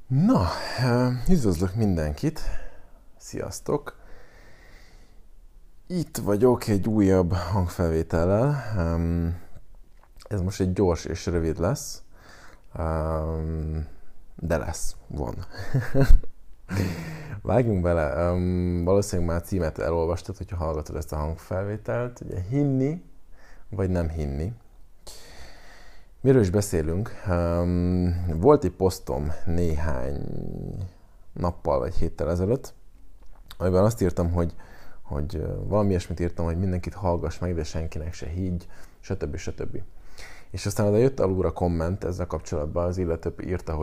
Na, üdvözlök mindenkit, sziasztok! Itt vagyok egy újabb hangfelvétellel. Ez most egy gyors és rövid lesz, de van. Vágjunk bele. Valószínűleg már a címet elolvastad, hogyha hallgatod ezt a hangfelvételt. Ugye hinni, vagy nem hinni. Miről is beszélünk? Volt egy posztom néhány nappal vagy héttel ezelőtt, amiben azt írtam, hogy valami ilyesmit írtam, hogy mindenkit hallgass meg, de senkinek se higgy, stb. Stb. És aztán oda jött alulra komment ezzel kapcsolatban, az illető írta,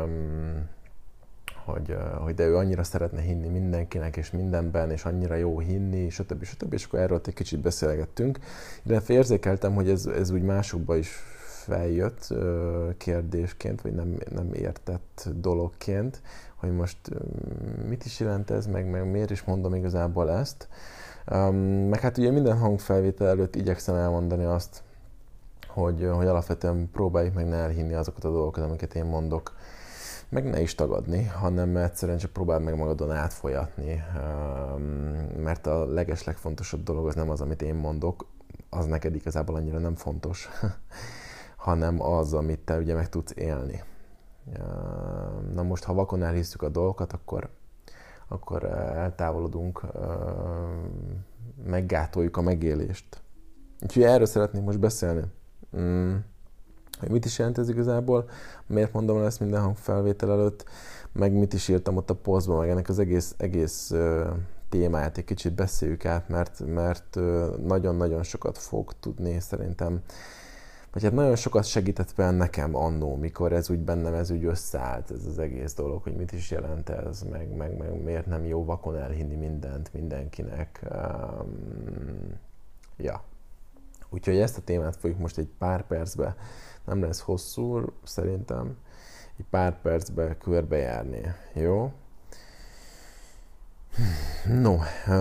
hogy de ő annyira szeretne hinni mindenkinek és mindenben, és annyira jó hinni, stb. Stb. És akkor erről egy kicsit beszélgettünk, illetve érzékeltem, hogy ez úgy másokba is feljött kérdésként, vagy nem értett dologként, hogy most mit is jelent ez, meg miért is mondom igazából ezt. Meg hát ugye minden hangfelvétel előtt igyekszem elmondani azt, hogy alapvetően próbáljuk meg ne elhinni azokat a dolgokat, amiket én mondok, meg ne is tagadni, hanem egyszerűen csak próbál meg magadon átfolyatni, mert a legfontosabb dolog az nem az, amit én mondok, az neked igazából annyira nem fontos, hanem az, amit te ugye meg tudsz élni. Na most, ha vakon elhisszük a dolgokat, akkor eltávolodunk, meggátoljuk a megélést. Úgyhogy erről szeretnék most beszélni. Hogy mit is jelent ez igazából, miért mondom el ezt minden hangfelvétel előtt, meg mit is írtam ott a posztban, meg ennek az egész témáját egy kicsit beszéljük át, mert nagyon-nagyon sokat fog tudni szerintem, vagy hát nagyon sokat segített például nekem annó, mikor ez úgy összeállt, ez az egész dolog, hogy mit is jelent ez, meg miért nem jó vakon elhinni mindent mindenkinek. Ja. Úgyhogy ezt a témát fogjuk most egy pár percbe, nem lesz hosszú, szerintem, egy pár percbe körbejárni. Jó? No,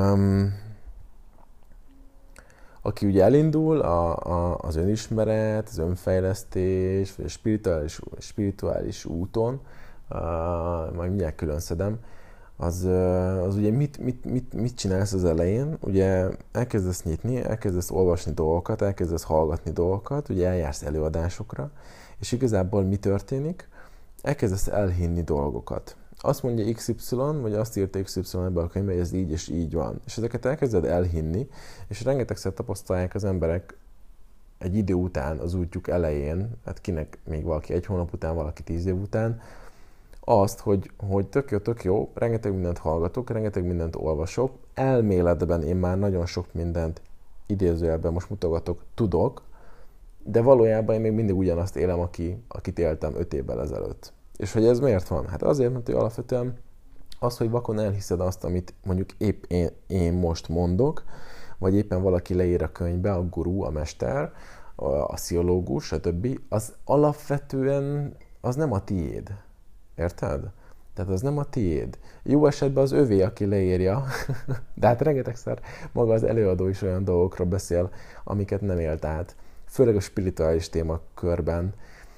aki ugye elindul az önismeret, az önfejlesztés, vagy a spirituális úton, majd mindjárt külön szedem, az ugye mit csinálsz az elején? Ugye elkezdesz nyitni, elkezdesz olvasni dolgokat, elkezdesz hallgatni dolgokat, ugye eljársz előadásokra, és igazából mi történik? Elkezdesz elhinni dolgokat. Azt mondja XY, vagy azt írta XY ebben a könyvben, hogy ez így és így van. És ezeket elkezded elhinni, és rengetegszer tapasztalják az emberek egy idő után, az útjuk elején, hát kinek még valaki 1 hónap után, valaki 10 év után, azt, hogy tök jó, rengeteg mindent hallgatok, rengeteg mindent olvasok, elméletben én már nagyon sok mindent idézőjelben most mutogatok, tudok, de valójában én még mindig ugyanazt élem, akit éltem 5 évvel ezelőtt. És hogy ez miért van? Hát azért, mert alapvetően az, hogy vakon elhiszed azt, amit mondjuk épp én most mondok, vagy éppen valaki leír a könyvbe, a gurú, a mester, a pszichológus, stb., az alapvetően az nem a tiéd. Érted? Tehát az nem a tiéd. Jó esetben az övé, aki leírja, de hát rengetegszer maga az előadó is olyan dolgokról beszél, amiket nem élt át. Főleg a spirituális témakörben.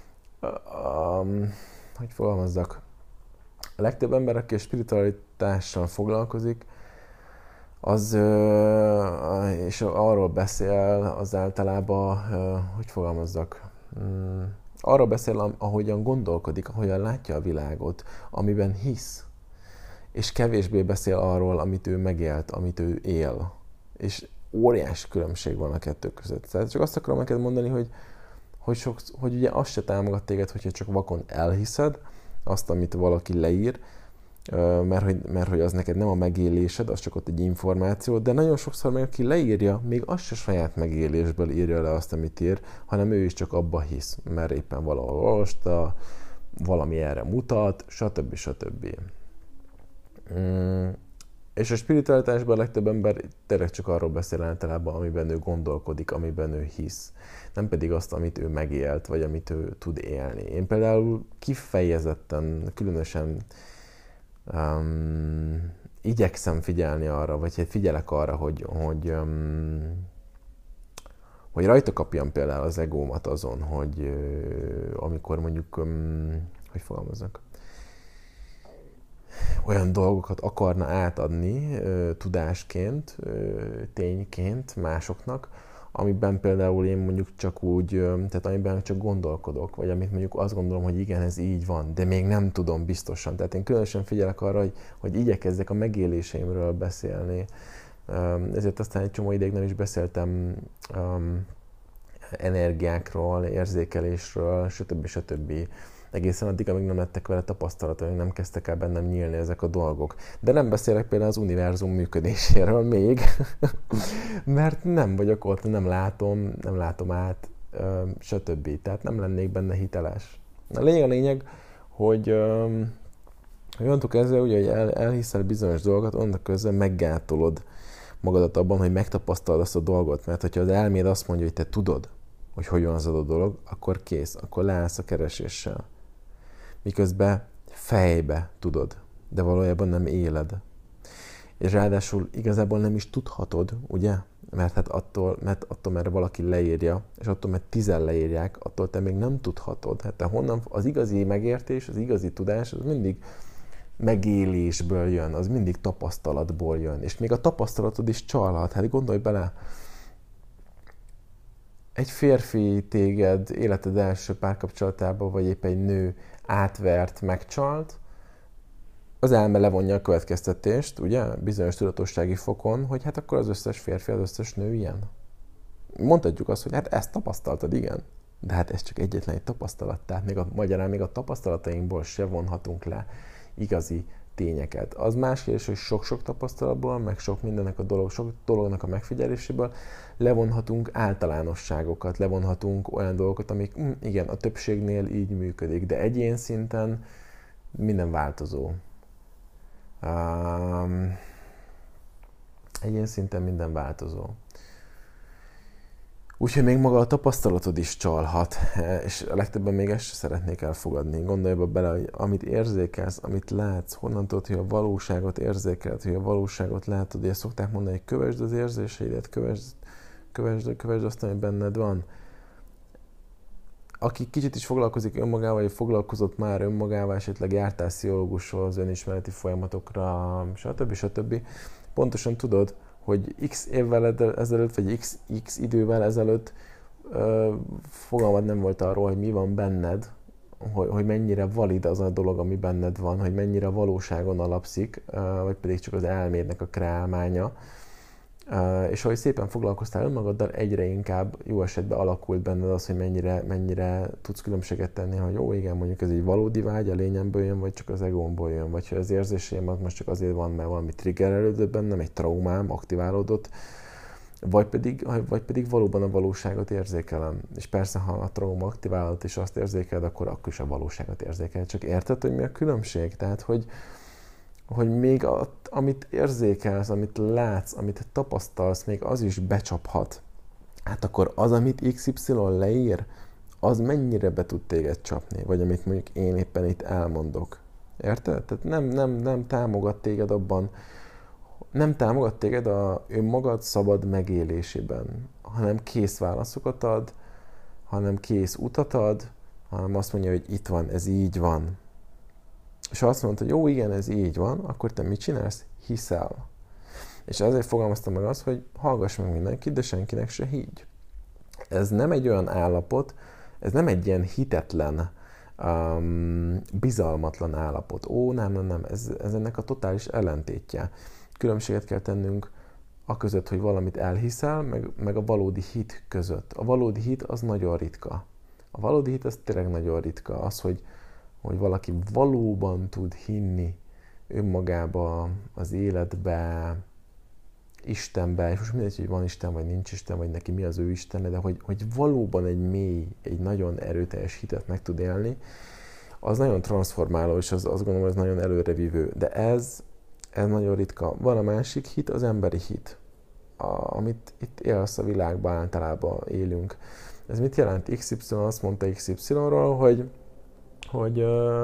Hogy fogalmazzak? A legtöbb ember, aki a spiritualitással foglalkozik, az, és arról beszél, az általában, hogy fogalmazzak, arról beszél, ahogyan gondolkodik, ahogyan látja a világot, amiben hisz. És kevésbé beszél arról, amit ő megélt, amit ő él. És óriási különbség van a kettő között. Tehát csak azt akarom neked mondani, hogy ugye azt se támogat téged, hogyha csak vakon elhiszed azt, amit valaki leír, mert hogy az neked nem a megélésed, az csak ott egy információ, de nagyon sokszor meg aki leírja, még az se saját megélésből írja le azt, amit ír, hanem ő is csak abba hisz, mert éppen valahol olvasta, valami erre mutat, stb. Stb. És a spiritualitásban a legtöbb ember tényleg csak arról beszél általában, amiben ő gondolkodik, amiben ő hisz. Nem pedig azt, amit ő megélt, vagy amit ő tud élni. Én például kifejezetten, különösen igyekszem figyelni arra, vagy figyelek arra, hogy rajta kapjam például az egómat azon, hogy amikor mondjuk, hogy fogalmazzak, olyan dolgokat akarna átadni tudásként, tényként másoknak, amiben például én mondjuk csak úgy, tehát amiben csak gondolkodok, vagy amit mondjuk azt gondolom, hogy igen, ez így van, de még nem tudom biztosan. Tehát én különösen figyelek arra, hogy igyekezzek a megéléseimről beszélni. Ezért aztán egy csomó ideig nem is beszéltem energiákról, érzékelésről, stb. Egészen addig, amíg nem lettek vele tapasztalatok, nem kezdtek el bennem nyílni ezek a dolgok. De nem beszélek például az univerzum működéséről még, mert nem vagyok ott, nem látom át, stb. Tehát nem lennék benne hiteles. A lényeg, hogy onnantól kezdve, ugye, hogy elhiszel bizonyos dolgokat, onnantól kezdve meggátolod magadat abban, hogy megtapasztalod azt a dolgot. Mert hogyha az elméd azt mondja, hogy te tudod, hogy hogyan az adott dolog, akkor kész, akkor leállsz a kereséssel. Miközben fejbe tudod, de valójában nem éled. És ráadásul igazából nem is tudhatod, ugye? Mert hát attól, mert valaki leírja, és attól, mert 10 leírják, attól te még nem tudhatod. Hát te honnan, az igazi megértés, az igazi tudás, az mindig megélésből jön, az mindig tapasztalatból jön. És még a tapasztalatod is csalhat. Hát gondolj bele, egy férfi téged életed első párkapcsolatában, vagy épp egy nő átvert, megcsalt, az elme levonja a következtetést, ugye, bizonyos tudatossági fokon, hogy hát akkor az összes férfi, az összes nő ilyen. Mondhatjuk azt, hogy hát ezt tapasztaltad, igen. De hát ez csak egyetlen egy tapasztalat, tehát magyarán még a tapasztalatainkból se vonhatunk le igazi tényeket. Az más kérdés, hogy sok-sok tapasztalatból, meg sok dolognak a megfigyeléséből levonhatunk általánosságokat, levonhatunk olyan dolgokat, amik igen, a többségnél így működik, de egyén szinten minden változó. Egyén szinten minden változó. Úgyhogy még maga a tapasztalatod is csalhat, és a legtöbben még ezt sem szeretnék elfogadni. Gondolj ebbe bele, hogy amit érzékelsz, amit látsz, honnan tudod, hogy a valóságot érzékeled, hogy a valóságot látod, és szokták mondani, hogy kövesd az érzéseidet, kövesd azt, ami benned van. Aki kicsit is foglalkozik önmagával, vagy foglalkozott már önmagával, esetleg jártál pszichológushoz, önismereti folyamatokra, stb. Pontosan tudod, hogy x évvel ezelőtt, vagy x idővel ezelőtt fogalmad nem volt arról, hogy mi van benned, hogy mennyire valid az a dolog, ami benned van, hogy mennyire valóságon alapszik, vagy pedig csak az elmédnek a kreálmánya. És ahogy szépen foglalkoztál önmagaddal, egyre inkább jó esetben alakult benned az, hogy mennyire tudsz különbséget tenni, hogy jó, igen, mondjuk ez egy valódi vágy, a lényemből jön, vagy csak az egómból jön, vagy hogy az érzéseim az most csak azért van, mert valami triggerelődött bennem, egy traumám aktiválódott, vagy pedig valóban a valóságot érzékelem. És persze, ha a trauma aktiválódott és azt érzékeled, akkor is a valóságot érzékeled. Csak érted, hogy mi a különbség? Tehát, hogy még amit érzékelsz, amit látsz, amit tapasztalsz, még az is becsaphat. Hát akkor az, amit XY leír, az mennyire be tud téged csapni? Vagy amit mondjuk én éppen itt elmondok. Érted? Tehát nem támogat téged abban, nem támogat téged a önmagad szabad megélésében, hanem kész válaszokat ad, hanem kész utat ad, hanem azt mondja, hogy itt van, ez így van. És ha azt mondod, hogy jó, igen, ez így van, akkor te mit csinálsz? Hiszel. És ezért fogalmaztam meg azt, hogy hallgass meg mindenkit, de senkinek se higgy. Ez nem egy olyan állapot, ez nem egy ilyen hitetlen, bizalmatlan állapot. Nem, ez ennek a totális ellentétje. Különbséget kell tennünk a között, hogy valamit elhiszel, meg a valódi hit között. A valódi hit az nagyon ritka. A valódi hit az tényleg nagyon ritka. Az, hogy valaki valóban tud hinni önmagába, az életbe, Istenbe, és most mindegy, hogy van Isten, vagy nincs Isten, vagy neki mi az ő Istene, de hogy valóban egy mély, egy nagyon erőteljes hitet meg tud élni, az nagyon transformáló, és azt gondolom, hogy ez nagyon előrevívő. De ez nagyon ritka. Van a másik hit, az emberi hit, amit itt élsz a világban, általában élünk. Ez mit jelent? XY azt mondta XY-ról, hogy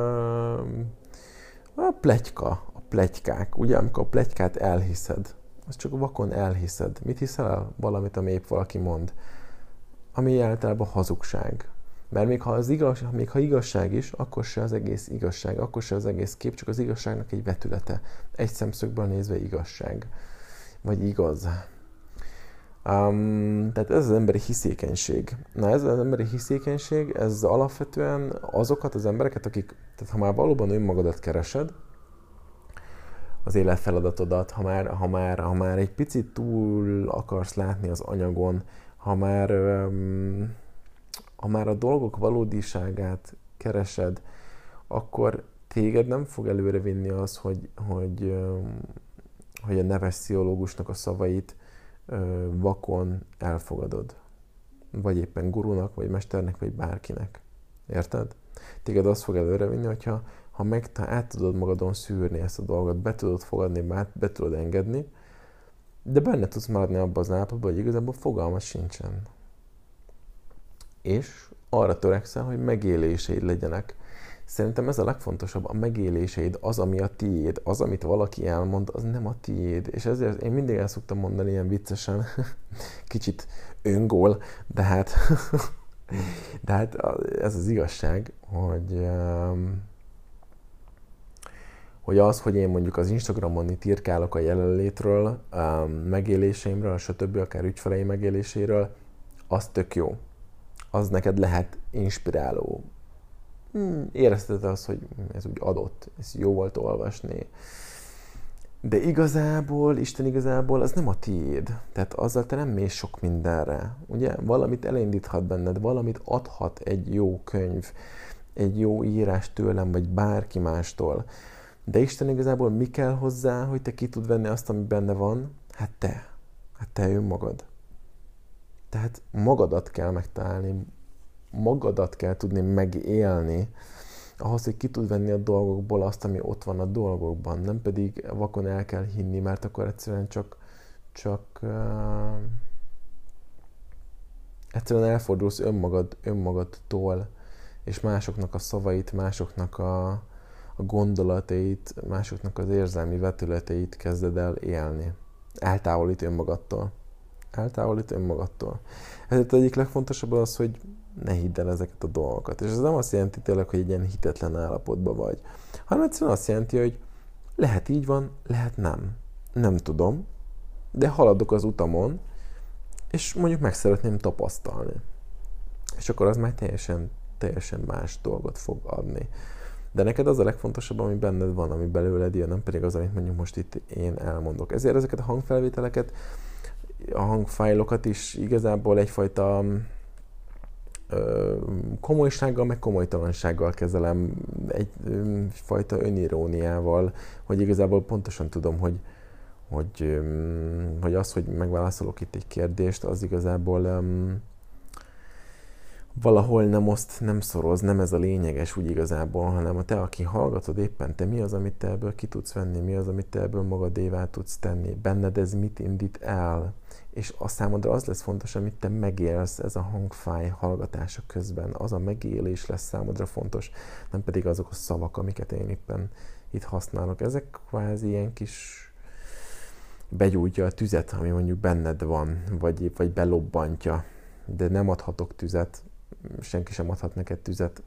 a pletyka, a pletykák, ugye, amikor a pletykát elhiszed, az csak vakon elhiszed. Mit hiszel el? Valamit, ami épp valaki mond. Ami általában hazugság. Mert még ha igazság is, akkor se az egész igazság, akkor se az egész kép, csak az igazságnak egy vetülete. Egy szemszögből nézve igazság. Vagy igaz. Tehát ez az emberi hiszékenység. Na ez az emberi hiszékenység, ez alapvetően azokat az embereket, akik, tehát ha már valóban önmagadat keresed, az életfeladatodat, ha már egy picit túl akarsz látni az anyagon, ha már a dolgok valódiságát keresed, akkor téged nem fog előre vinni az, hogy a neves pszichológusnak a szavait vakon elfogadod. Vagy éppen gurunak, vagy mesternek, vagy bárkinek. Érted? Téged az fog előrevinni, hogyha át tudod magadon szűrni ezt a dolgot, be tudod fogadni, be tudod engedni, de benne tudsz maradni abban az állapotban, hogy igazából fogalma sincsen. És arra törekszel, hogy megéléseid legyenek. Szerintem ez a legfontosabb, a megéléseid, az, ami a tiéd, az, amit valaki elmond, az nem a tiéd. És ezért én mindig el szoktam mondani ilyen viccesen, kicsit öngól, de hát ez az igazság, hogy az, hogy én mondjuk az Instagramon itt írkálok a jelenlétről, megéléseimről, stb. Akár ügyfeleim megéléséről, az tök jó. Az neked lehet inspiráló. Érezted azt, hogy ez úgy adott, ez jó volt olvasni. De Isten igazából az nem a tiéd. Tehát azzal te nem mész sok mindenre. Ugye? Valamit elindíthat benned, valamit adhat egy jó könyv, egy jó írás tőlem, vagy bárki mástól. De Isten igazából mi kell hozzá, hogy te ki tud venni azt, ami benne van? Hát te önmagad. Tehát magadat kell megtalálni, magadat kell tudni megélni, ahhoz, hogy ki tud venni a dolgokból azt, ami ott van a dolgokban. Nem pedig vakon el kell hinni, mert akkor egyszerűen egyszerűen elfordulsz önmagadtól, és másoknak a szavait, másoknak a gondolatait, másoknak az érzelmi vetületeit kezded el élni. Eltávolít önmagadtól. Ezért egyik legfontosabb az, hogy ne hidd el ezeket a dolgokat. És ez nem azt jelenti tényleg, hogy egy ilyen hitetlen állapotban vagy, hanem egyszerűen azt jelenti, hogy lehet így van, lehet nem. Nem tudom, de haladok az utamon, és mondjuk meg szeretném tapasztalni. És akkor az már teljesen más dolgot fog adni. De neked az a legfontosabb, ami benned van, ami belőled jön, nem pedig az, amit mondjuk most itt én elmondok. Ezért ezeket a hangfelvételeket, a hangfájlokat is igazából egyfajta komolysággal, meg komolytalansággal kezelem, egyfajta öniróniával, hogy igazából pontosan tudom, hogy az, hogy megválaszolok itt egy kérdést, az igazából valahol nem szoroz, nem ez a lényeges úgy igazából, hanem a te, aki hallgatod éppen, te mi az, amit te ebből ki tudsz venni, mi az, amit te ebből magadévá tudsz tenni, benned ez mit indít el, és a számodra az lesz fontos, amit te megélsz ez a hangfáj hallgatása közben, az a megélés lesz számodra fontos, nem pedig azok a szavak, amiket én éppen itt használok. Ezek kvázi ilyen kis begyújtja a tüzet, ami mondjuk benned van, vagy belobbantja, de nem adhatok tüzet, senki sem adhat neked tüzet.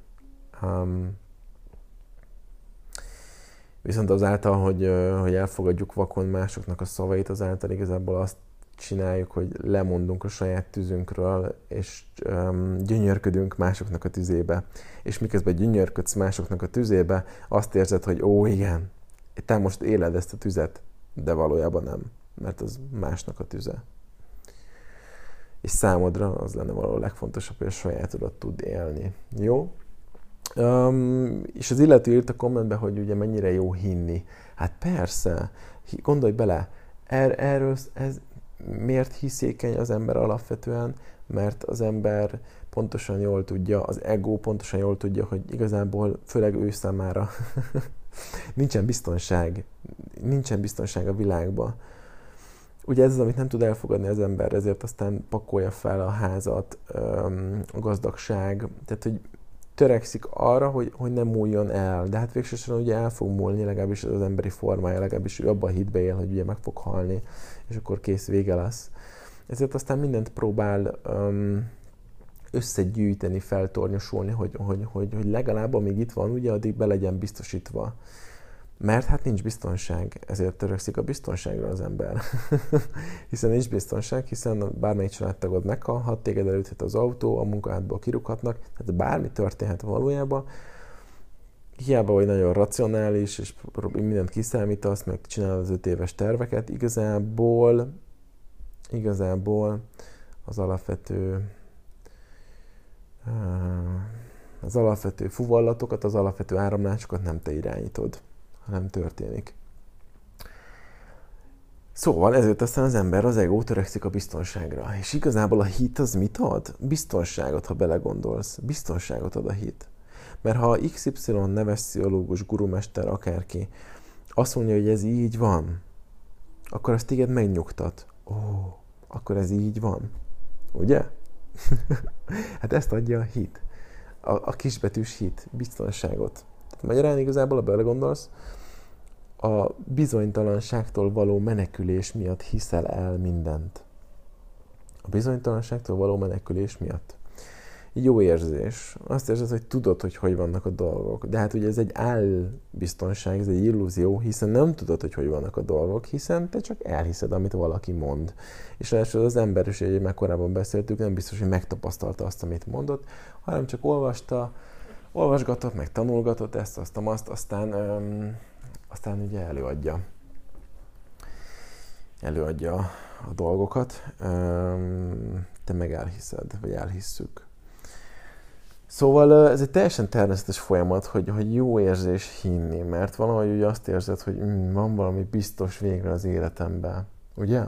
Viszont azáltal, hogy elfogadjuk vakon másoknak a szavait, azáltal igazából azt csináljuk, hogy lemondunk a saját tüzünkről, és gyönyörködünk másoknak a tüzébe. És miközben gyönyörködsz másoknak a tüzébe, azt érzed, hogy ó, igen, te most éled ezt a tüzet, de valójában nem, mert az másnak a tüze. És számodra az lenne valahol legfontosabb, hogy a sajátodat tud élni. Jó? És az illető írt a kommentbe, hogy ugye mennyire jó hinni. Hát persze, gondolj bele, erről ez miért hiszékeny az ember alapvetően? Mert az ember pontosan jól tudja, az ego pontosan jól tudja, hogy igazából, főleg ő számára nincsen biztonság a világban. Ugye ez az, amit nem tud elfogadni az ember, ezért aztán pakolja fel a házat, a gazdagság, tehát hogy törekszik arra, hogy nem múljon el, de hát végsősorban ugye el fog múlni, legalábbis az emberi formája, legalábbis ő abban a hitbe él, hogy ugye meg fog halni, és akkor kész, vége lesz. Ezért aztán mindent próbál összegyűjteni, feltornyosulni, hogy legalább amíg itt van, ugye addig be legyen biztosítva. Mert hát nincs biztonság, ezért törekszik a biztonságra az ember. Hiszen nincs biztonság, hiszen bármelyik családtagod meghalhat, téged elüthet az autó, a munkahelyedből kirúghatnak, tehát bármi történhet valójában. Hiába vagy nagyon racionális, és mindent kiszámítasz, meg csinálod az 5 éves terveket, igazából az alapvető fuvallatokat, az alapvető áramlásokat nem te irányítod, hanem történik. Szóval ezért aztán az ember, az ego törekszik a biztonságra. És igazából a hit az mit ad? Biztonságot, ha belegondolsz. Biztonságot ad a hit. Mert ha XY neves pszichológus, gurumester, akárki azt mondja, hogy ez így van, akkor azt téged megnyugtat. Akkor ez így van. Ugye? Hát ezt adja a hit. A kisbetűs hit, biztonságot. Tehát magyarán igazából, ha belegondolsz, a bizonytalanságtól való menekülés miatt hiszel el mindent. A bizonytalanságtól való menekülés miatt. Jó érzés. Azt érzed, hogy tudod, hogy vannak a dolgok. De hát ugye ez egy álbiztonság, ez egy illúzió, hiszen nem tudod, hogy vannak a dolgok, hiszen te csak elhiszed, amit valaki mond. És ráadásul az ember is, hogy már korábban beszéltük, nem biztos, hogy megtapasztalta azt, amit mondott, hanem csak olvasgatott, meg tanulgatott ezt, azt, aztán ugye előadja a dolgokat, te meg elhiszed, vagy elhisszük. Szóval ez egy teljesen természetes folyamat, hogy jó érzés hinni, mert valahogy ugye azt érzed, hogy van valami biztos végre az életemben, ugye?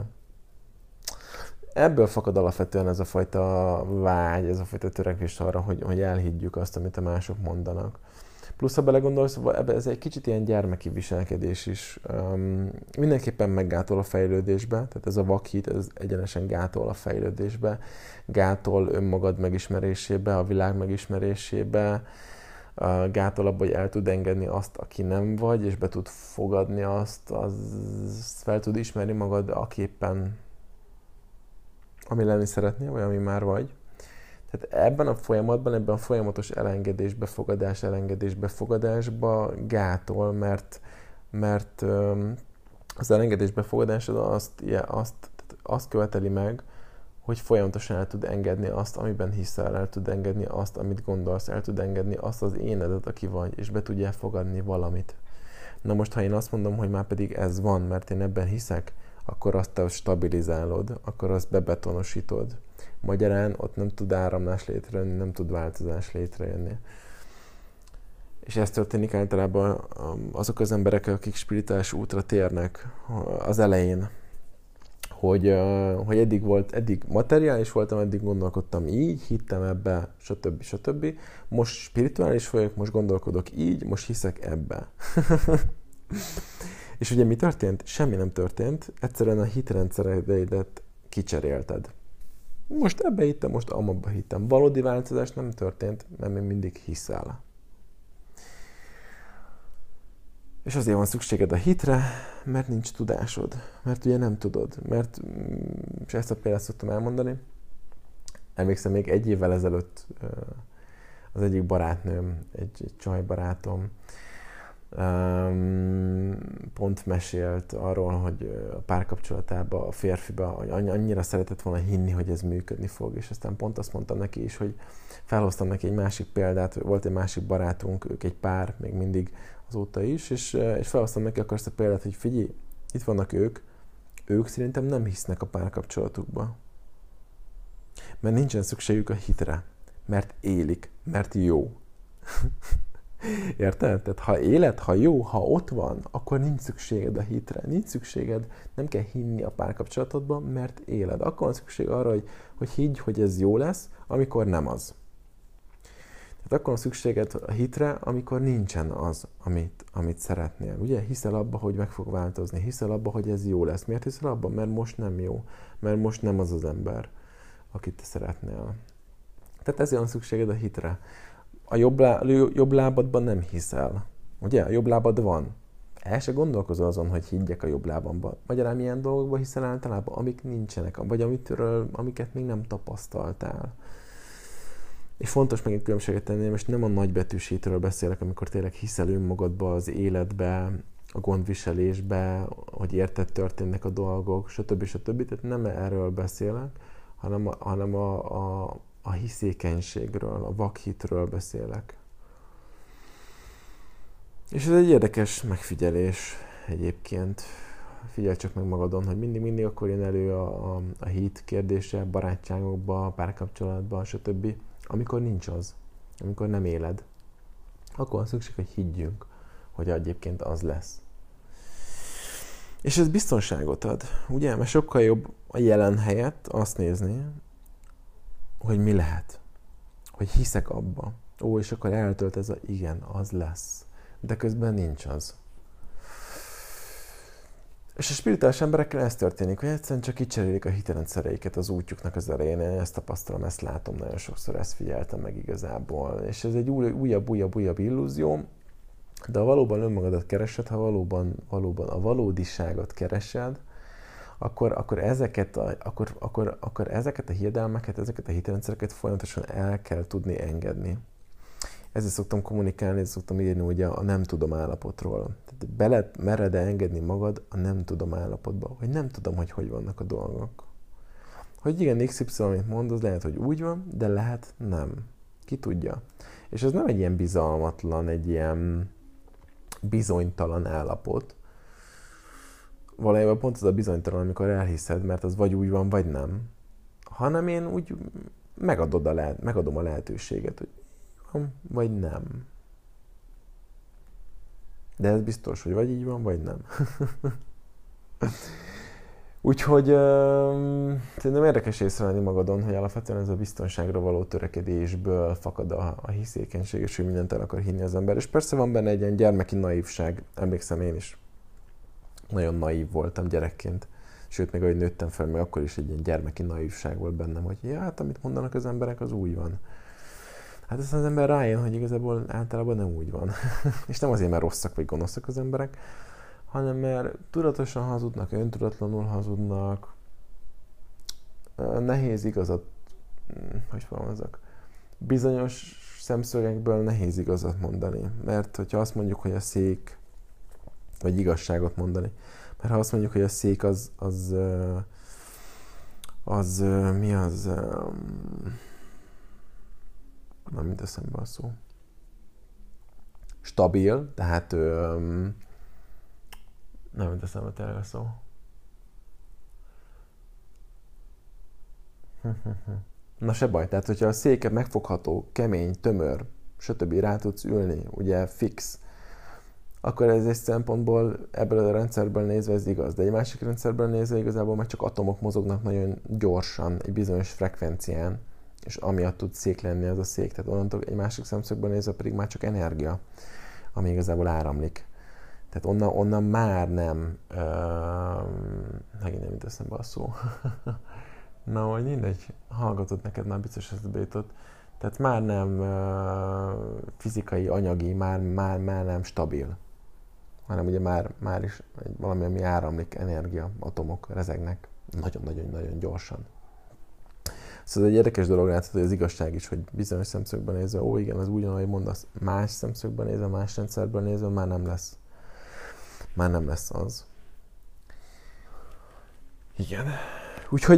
Ebből fakad alapvetően ez a fajta vágy, ez a fajta törekvés arra, hogy elhiggyük azt, amit a mások mondanak. Plusz, ha belegondolsz, ez egy kicsit ilyen gyermeki viselkedés is. Mindenképpen meggátol a fejlődésbe, tehát ez a vakhit, ez egyenesen gátol a fejlődésbe, gátol önmagad megismerésébe, a világ megismerésébe, gátol abba, hogy el tud engedni azt, aki nem vagy, és be tud fogadni azt fel tud ismerni magad aképpen, ami lenni szeretnél, vagy ami már vagy. Tehát ebben a folyamatban, ebben a folyamatos elengedés, befogadásba gátol, mert az elengedés befogadásod azt követeli meg, hogy folyamatosan el tud engedni azt, amiben hiszel, el tud engedni azt, amit gondolsz, el tud engedni azt az énedet, aki vagy, és be tudja fogadni valamit. Na most, ha én azt mondom, hogy már pedig ez van, mert én ebben hiszek, akkor azt te stabilizálod, akkor azt bebetonosítod. Magyarán ott nem tud áramlás létrejönni, nem tud változás létrejönni. És ez történik általában azok az emberek, akik spirituális útra térnek az elején, hogy eddig materiális voltam, eddig gondolkodtam így, hittem ebbe, stb. Most spirituális vagyok, most gondolkodok így, most hiszek ebbe. És ugye mi történt? Semmi nem történt, egyszerűen a hitrendszeredet kicserélted. Most ebbe hittem, most amabba hittem. Valódi változás nem történt, mert még mindig hiszel. És azért van szükséged a hitre, mert nincs tudásod. Mert ugye nem tudod. És ezt a példát szoktam elmondani. Emlékszem, még 1 évvel ezelőtt az egyik barátnőm, egy csajbarátom, pont mesélt arról, hogy a párkapcsolatában, a férfiba annyira szeretett volna hinni, hogy ez működni fog, és aztán pont azt mondtam neki is, hogy felhoztam neki egy másik példát, volt egy másik barátunk, ők egy pár, még mindig azóta is, és felhoztam neki akkor ezt a példát, hogy figyelj, itt vannak ők szerintem nem hisznek a párkapcsolatukba. Mert nincsen szükségük a hitre, mert élik, mert jó. Érted? Tehát ha élet, ha jó, ha ott van, akkor nincs szükséged a hitre. Nincs szükséged, nem kell hinni a párkapcsolatodban, mert éled. Akkor van szükség arra, hogy higgy, hogy ez jó lesz, amikor nem az. Tehát akkor van szükséged a hitre, amikor nincsen az, amit szeretnél. Ugye? Hiszel abba, hogy meg fog változni. Hiszel abba, hogy ez jó lesz. Miért hiszel abba? Mert most nem jó. Mert most nem az az akit te szeretnél. Tehát ezért van szükséged a hitre. A jobb lábadban nem hiszel. Ugye? A jobb lábad van. El se gondolkozol azon, hogy higgyek a jobb lábamban. Magyarán milyen dolgokban hiszel általában, amik nincsenek, vagy amiket még nem tapasztaltál. És fontos megint különbséget tenni, most nem a nagybetűs hitről beszélek, amikor tényleg hiszel önmagadba, az életbe, a gondviselésbe, hogy érted történnek a dolgok, stb. Tehát nem erről beszélek, hanem a hiszékenységről, a vakhitről beszélek. És ez egy érdekes megfigyelés egyébként. Figyelj csak meg magadon, hogy mindig akkor jön elő a hit kérdése, barátságokba, párkapcsolatban, stb. Amikor nincs az, amikor nem éled, akkor van szükség, hogy higgyünk, hogy egyébként az lesz. És ez biztonságot ad, ugye? Mert sokkal jobb a jelen helyett azt nézni, hogy mi lehet. Hogy hiszek abba. Ó, és akkor eltölt ez igen, az lesz. De közben nincs az. És a spirituális emberekkel ez történik, hogy egyszerűen csak kicserélik a hitrendszereiket az útjuknak az elején. Én ezt tapasztalom, ezt látom nagyon sokszor, ezt figyeltem meg igazából. És ez egy újabb illúzió, de ha valóban önmagadat keresed, ha valóban a valódiságot keresed, akkor ezeket a hiedelmeket, ezeket a hitrendszereket folyamatosan el kell tudni engedni. Ezzel szoktam kommunikálni, ezzel szoktam írni ugye a nem tudom állapotról. Tehát mered engedni magad a nem tudom állapotba, hogy nem tudom, hogy vannak a dolgok. Hogy igen, XY, amit mond, az lehet, hogy úgy van, de lehet nem. Ki tudja. És ez nem egy ilyen bizalmatlan, egy ilyen bizonytalan állapot. Valójában pont az a bizonytalan, amikor elhiszed, mert az vagy úgy van, vagy nem. Hanem én úgy megadom a lehetőséget, hogy vagy nem. De ez biztos, hogy vagy így van, vagy nem. Úgyhogy szerintem érdekes észrevenni magadon, hogy alapvetően ez a biztonságra való törekedésből fakad a hiszékenység, és hogy mindent el akar hinni az ember. És persze van benne egy ilyen gyermeki naívság. Emlékszem, én is nagyon naív voltam gyerekként. Sőt, meg ahogy nőttem fel, meg akkor is egy ilyen gyermeki naívság volt bennem, hogy ja, hát amit mondanak az emberek, az úgy van. Hát aztán az ember rájön, hogy igazából általában nem úgy van. És nem azért, mert rosszak vagy gonoszak az emberek, hanem mert tudatosan hazudnak, öntudatlanul hazudnak. Nehéz igazat, hogy fogalmazzak, bizonyos szemszögekből nehéz igazat mondani. Mert hogyha azt mondjuk, hogy a szék, vagy igazságot mondani, mert ha azt mondjuk, hogy a szék az mi az... Nem jut eszembe a szó. Stabil, tehát nem jut eszembe tényleg a szó. Na se baj, tehát hogyha a széket megfogható, kemény, tömör, stb. Rá tudsz ülni, ugye fix, akkor ez egy szempontból ebből a rendszerből nézve ez igaz. De egy másik rendszerből nézve igazából meg csak atomok mozognak nagyon gyorsan, egy bizonyos frekvencián, és amiatt tud szék lenni ez a szék. Tehát onnantól egy másik szemszögből nézve pedig már csak energia, ami igazából áramlik. Tehát onnan már nem... megint nem jut eszembe a szó. Na, hogy mindegy, hallgatod, neked már biztos eszedbe jutott. Tehát már nem fizikai, anyagi, már nem stabil. Hanem ugye már is valami, ami áramlik, energia, atomok rezegnek nagyon-nagyon-nagyon gyorsan. Szóval egy érdekes dolog látható, hogy az igazság is, hogy bizonyos szemszögben nézve, ó igen, az ugyanúgy, hogy mondasz, más szemszögben nézve, más rendszerben nézve már nem lesz. Már nem lesz az. Igen. Úgyhogy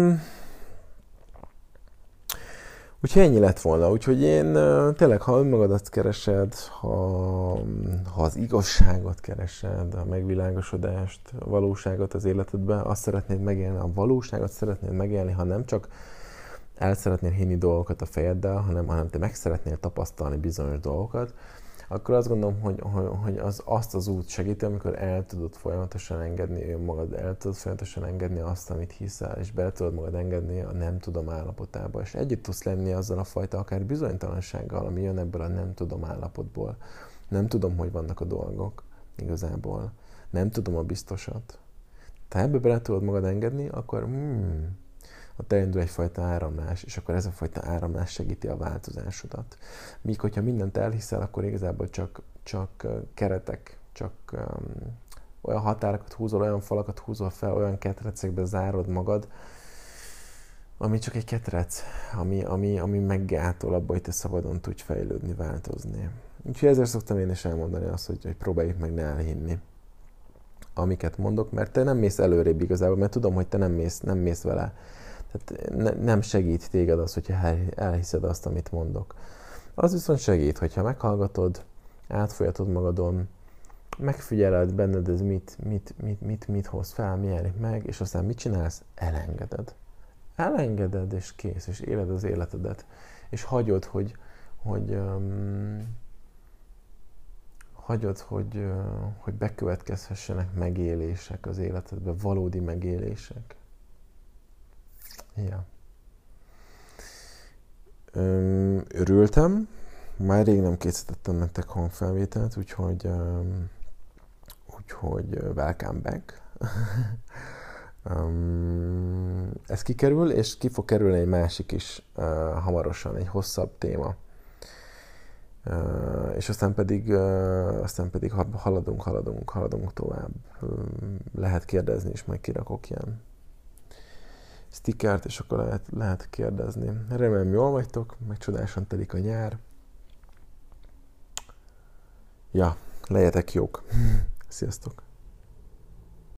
ennyi lett volna. Úgyhogy én tényleg, ha önmagadat keresed, ha az igazságot keresed, a megvilágosodást, a valóságot az életedben, azt szeretnéd megélni, a valóságot szeretnéd megélni, ha nem csak el szeretnél hinni dolgokat a fejeddel, hanem te meg szeretnél tapasztalni bizonyos dolgokat, akkor azt gondolom, hogy azt az út segíti, amikor el tudod folyamatosan engedni önmagad, el tudod folyamatosan engedni azt, amit hiszel, és be tudod magad engedni a nem tudom állapotába, és együtt tudsz lenni azzal a fajta akár bizonytalansággal, ami jön ebből a nem tudom állapotból. Nem tudom, hogy vannak a dolgok igazából. Nem tudom a biztosat. Ha ebbe bele tudod magad engedni, akkor ott elindul egyfajta áramlás, és akkor ez a fajta áramlás segíti a változásodat. Míg hogyha mindent elhiszel, akkor igazából csak keretek, csak olyan határokat húzol, olyan falakat húzol fel, olyan ketrecekbe zárod magad, ami csak egy ketrec, ami meggátol abba, hogy te szabadon tudj fejlődni, változni. Úgyhogy ezért szoktam én is elmondani azt, hogy próbáljuk meg ne elhinni, amiket mondok, mert te nem mész előrébb igazából, mert tudom, hogy te nem mész vele. Tehát nem segít téged az, hogyha elhiszed azt, amit mondok. Az viszont segít, hogyha meghallgatod, átfolyatod magadon, megfigyeled benned, ez mit hoz fel, mi jelenik meg, és aztán mit csinálsz? Elengeded. Elengeded, és kész, és éled az életedet. És hagyod, hogy bekövetkezhessenek megélések az életedbe, valódi megélések. Ja. Örültem, már rég nem készítettem nektek hangfelvételt, úgyhogy welcome back. Ez kikerül, és ki fog kerülni egy másik is hamarosan, egy hosszabb téma. És aztán pedig haladunk tovább. Lehet kérdezni, és majd kirakok ilyen stickert, és akkor lehet kérdezni. Remélem jól vagytok, meg csodásan telik a nyár. Ja, legyetek jók. Sziasztok!